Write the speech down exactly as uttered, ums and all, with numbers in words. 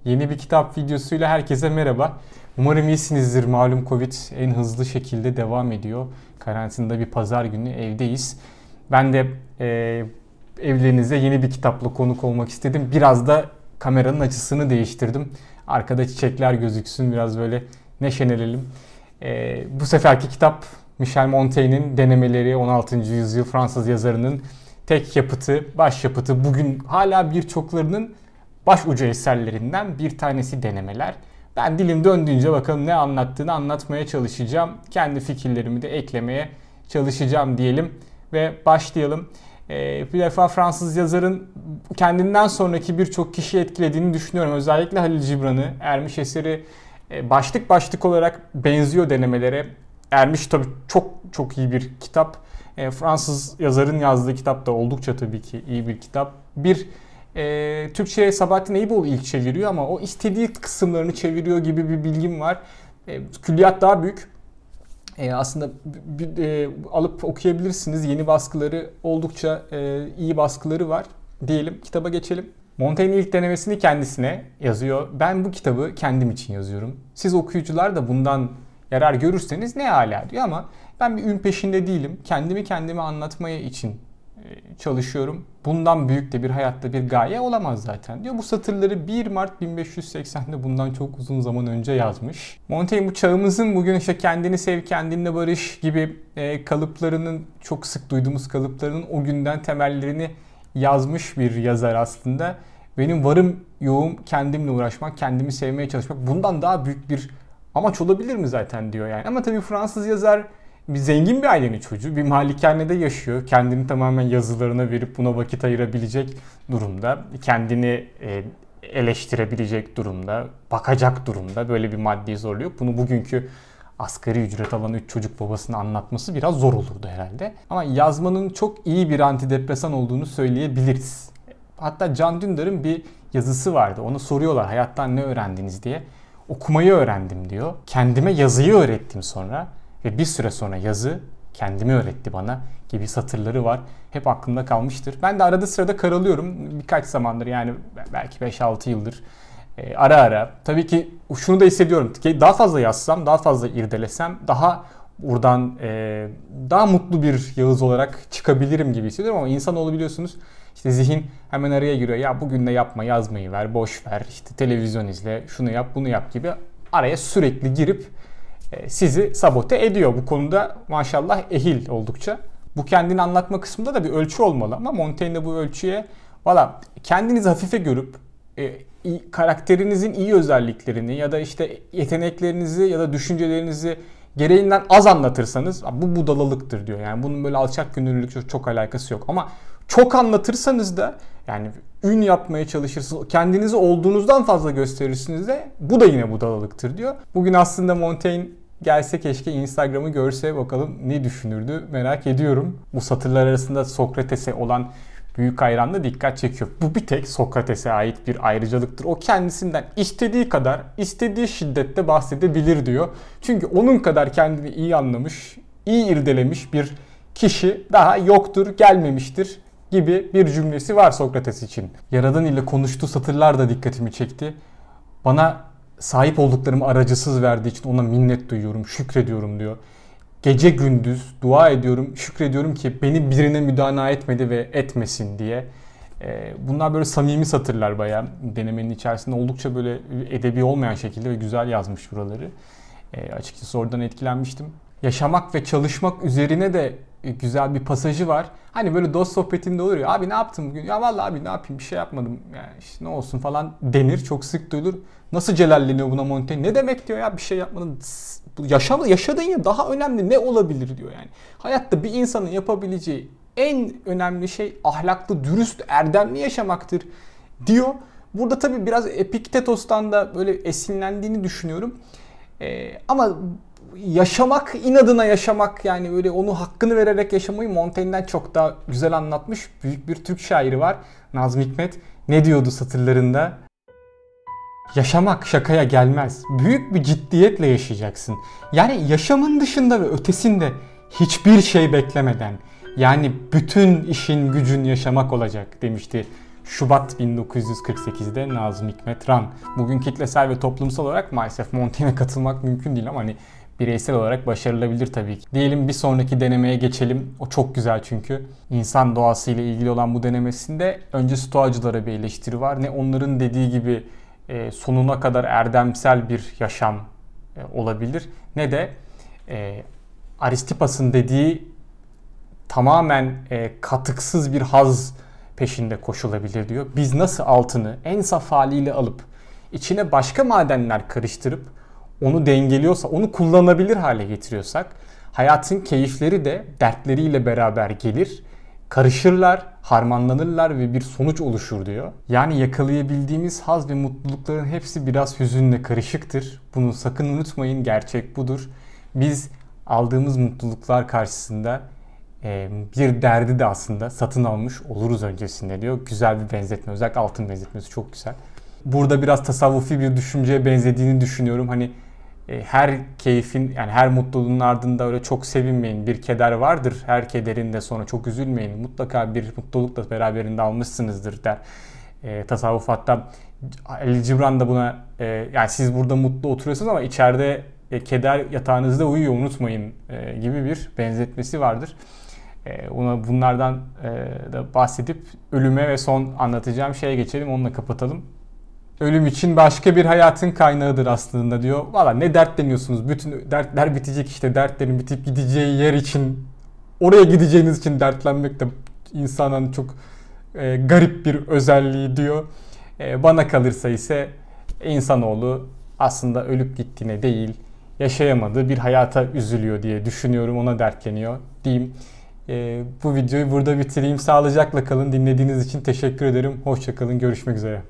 Yeni bir kitap videosuyla herkese merhaba. Umarım iyisinizdir. Malum Covid en hızlı şekilde devam ediyor. Karantinada bir pazar günü evdeyiz. Ben de e, evlerinize yeni bir kitapla konuk olmak istedim. Biraz da kameranın açısını değiştirdim. Arkada çiçekler gözüksün, biraz böyle neşelenelim. E, bu seferki kitap Michel Montaigne'in Denemeleri, on altıncı yüzyıl Fransız yazarının tek yapıtı, baş yapıtı. Bugün hala birçoklarının başucu eserlerinden bir tanesi Denemeler. Ben dilim döndüğünce bakalım ne anlattığını anlatmaya çalışacağım. Kendi fikirlerimi de eklemeye çalışacağım diyelim ve başlayalım. Ee, bir defa Fransız yazarın kendinden sonraki birçok kişiyi etkilediğini düşünüyorum. Özellikle Halil Cibran'ı. Ermiş eseri başlık başlık olarak benziyor Denemelere. Ermiş tabii çok çok iyi bir kitap. E, Fransız yazarın yazdığı kitap da oldukça tabii ki iyi bir kitap. Bir e, Türkçe'ye Sabahattin Eyüboğlu ilk çeviriyor ama o istediği kısımlarını çeviriyor gibi bir bilgim var. E, külliyat daha büyük. E, aslında e, alıp okuyabilirsiniz. Yeni baskıları oldukça e, iyi baskıları var. Diyelim kitaba geçelim. Montaigne'in ilk denemesini kendisine yazıyor. Ben bu kitabı kendim için yazıyorum. Siz okuyucular da bundan yarar görürseniz ne âlâ diyor ama ben bir ün peşinde değilim. Kendimi kendime anlatmaya için çalışıyorum. Bundan büyük de bir hayatta bir gaye olamaz zaten diyor. Bu satırları bir Mart bin beş yüz seksende bundan çok uzun zaman önce yazmış. Montaigne bu çağımızın bugün işte kendini sev, kendinle barış gibi kalıplarının, çok sık duyduğumuz kalıplarının o günden temellerini yazmış bir yazar aslında. Benim varım yoğum kendimle uğraşmak, kendimi sevmeye çalışmak, bundan daha büyük bir amaç olabilir mi zaten diyor yani. Ama tabii Fransız yazar bir zengin bir ailenin çocuğu, bir malikanede yaşıyor. Kendini tamamen yazılarına verip buna vakit ayırabilecek durumda. Kendini eleştirebilecek durumda, bakacak durumda. Böyle bir maddi zorluğu yok. Bunu bugünkü asgari ücret alan üç çocuk babasına anlatması biraz zor olurdu herhalde. Ama yazmanın çok iyi bir antidepresan olduğunu söyleyebiliriz. Hatta Can Dündar'ın bir yazısı vardı. Ona soruyorlar hayattan ne öğrendiniz diye. Okumayı öğrendim diyor. Kendime yazıyı öğrettim sonra. Ve bir süre sonra yazı kendimi öğretti bana gibi satırları var. Hep aklımda kalmıştır. Ben de arada sırada karalıyorum. Birkaç zamandır, yani belki beş altı yıldır e, ara ara. Tabii ki şunu da hissediyorum. Daha fazla yazsam, daha fazla irdelesem daha buradan e, daha mutlu bir Yağız olarak çıkabilirim gibi hissediyorum. Ama insanoğlu biliyorsunuz işte zihin hemen araya giriyor. Ya bugün de yapma, yazmayı ver, boş ver, işte televizyon izle, şunu yap, bunu yap gibi araya sürekli girip sizi sabote ediyor. Bu konuda maşallah ehil oldukça. Bu kendini anlatma kısmında da bir ölçü olmalı ama Montaigne bu ölçüye valla kendinizi hafife görüp e, karakterinizin iyi özelliklerini ya da işte yeteneklerinizi ya da düşüncelerinizi gereğinden az anlatırsanız bu budalalıktır diyor. Yani bunun böyle alçak gönüllülükle çok, çok alakası yok. Ama çok anlatırsanız da, yani ün yapmaya çalışırsınız, kendinizi olduğunuzdan fazla gösterirsiniz de bu da yine budalalıktır diyor. Bugün aslında Montaigne gelse keşke Instagram'ı görse, bakalım ne düşünürdü merak ediyorum. Bu satırlar arasında Sokrates'e olan büyük hayranlığı dikkat çekiyor. Bu bir tek Sokrates'e ait bir ayrıcalıktır. O kendisinden istediği kadar, istediği şiddette bahsedebilir diyor. Çünkü onun kadar kendini iyi anlamış, iyi irdelemiş bir kişi daha yoktur, gelmemiştir gibi bir cümlesi var Sokrates için. Yaradan ile konuştuğu satırlar da dikkatimi çekti. Bana sahip olduklarımı aracısız verdiği için ona minnet duyuyorum, şükrediyorum diyor. Gece gündüz dua ediyorum, şükrediyorum ki beni birine müdana etmedi ve etmesin diye. Bunlar böyle samimi satırlar bayağı. Denemenin içerisinde oldukça böyle edebi olmayan şekilde ve güzel yazmış buraları. E, açıkçası oradan etkilenmiştim. Yaşamak ve çalışmak üzerine de güzel bir pasajı var. Hani böyle dost sohbetinde olur ya, abi ne yaptın bugün? Ya vallahi abi ne yapayım, bir şey yapmadım. Yani işte ne olsun falan denir. Çok sık duyulur. Nasıl celalleniyor buna Montaigne? Ne demek diyor ya, bir şey yapmadın. Yaşam, yaşadığın ya daha önemli ne olabilir diyor yani. Hayatta bir insanın yapabileceği en önemli şey ahlaklı, dürüst, erdemli yaşamaktır diyor. Burada tabii biraz Epiktetos'tan da böyle esinlendiğini düşünüyorum. Ee, ama yaşamak, inadına yaşamak, yani böyle onu hakkını vererek yaşamayı Montaigne'den çok daha güzel anlatmış büyük bir Türk şairi var. Nazım Hikmet ne diyordu satırlarında? Yaşamak şakaya gelmez. Büyük bir ciddiyetle yaşayacaksın. Yani yaşamın dışında ve ötesinde hiçbir şey beklemeden. Yani bütün işin gücün yaşamak olacak demişti Şubat bin dokuz yüz kırk sekizde Nazım Hikmet Ran. Bugün kitlesel ve toplumsal olarak maalesef Montaigne'e katılmak mümkün değil ama hani bireysel olarak başarılabilir tabii ki. Diyelim bir sonraki denemeye geçelim. O çok güzel çünkü. İnsan doğasıyla ilgili olan bu denemesinde önce Stoacılara bir eleştiri var. Ne onların dediği gibi e, sonuna kadar erdemsel bir yaşam e, olabilir. Ne de e, Aristipas'ın dediği tamamen e, katıksız bir haz peşinde koşulabilir diyor. Biz nasıl altını en saf haliyle alıp içine başka madenler karıştırıp onu dengeliyorsa, onu kullanabilir hale getiriyorsak, hayatın keyifleri de dertleriyle beraber gelir, karışırlar, harmanlanırlar ve bir sonuç oluşur diyor. Yani yakalayabildiğimiz haz ve mutlulukların hepsi biraz hüzünle karışıktır. Bunu sakın unutmayın, gerçek budur. Biz aldığımız mutluluklar karşısında bir derdi de aslında satın almış oluruz öncesinde diyor. Güzel bir benzetme, özellikle altın benzetmesi çok güzel. Burada biraz tasavvufi bir düşünceye benzediğini düşünüyorum. Hani her keyfin, yani her mutluluğun ardında öyle çok sevinmeyin. Bir keder vardır. Her kederin de sonra çok üzülmeyin. Mutlaka bir mutluluk da beraberinde almışsınızdır der. E, tasavvuf hatta Ali Cibran da buna e, yani siz burada mutlu oturuyorsunuz ama içeride e, keder yatağınızda uyuyor unutmayın e, gibi bir benzetmesi vardır. E, ona bunlardan e, da bahsedip ölüme ve son anlatacağım şeye geçelim. Onunla kapatalım. Ölüm için başka bir hayatın kaynağıdır aslında diyor. Valla ne dertleniyorsunuz? Bütün dertler bitecek işte. Dertlerin bitip gideceği yer için, oraya gideceğiniz için dertlenmek de insanın çok e, garip bir özelliği diyor. E, bana kalırsa ise insanoğlu aslında ölüp gittiğine değil, yaşayamadığı bir hayata üzülüyor diye düşünüyorum. Ona dertleniyor diyeyim. E, bu videoyu burada bitireyim. Sağlıcakla kalın. Dinlediğiniz için teşekkür ederim. Hoşça kalın. Görüşmek üzere.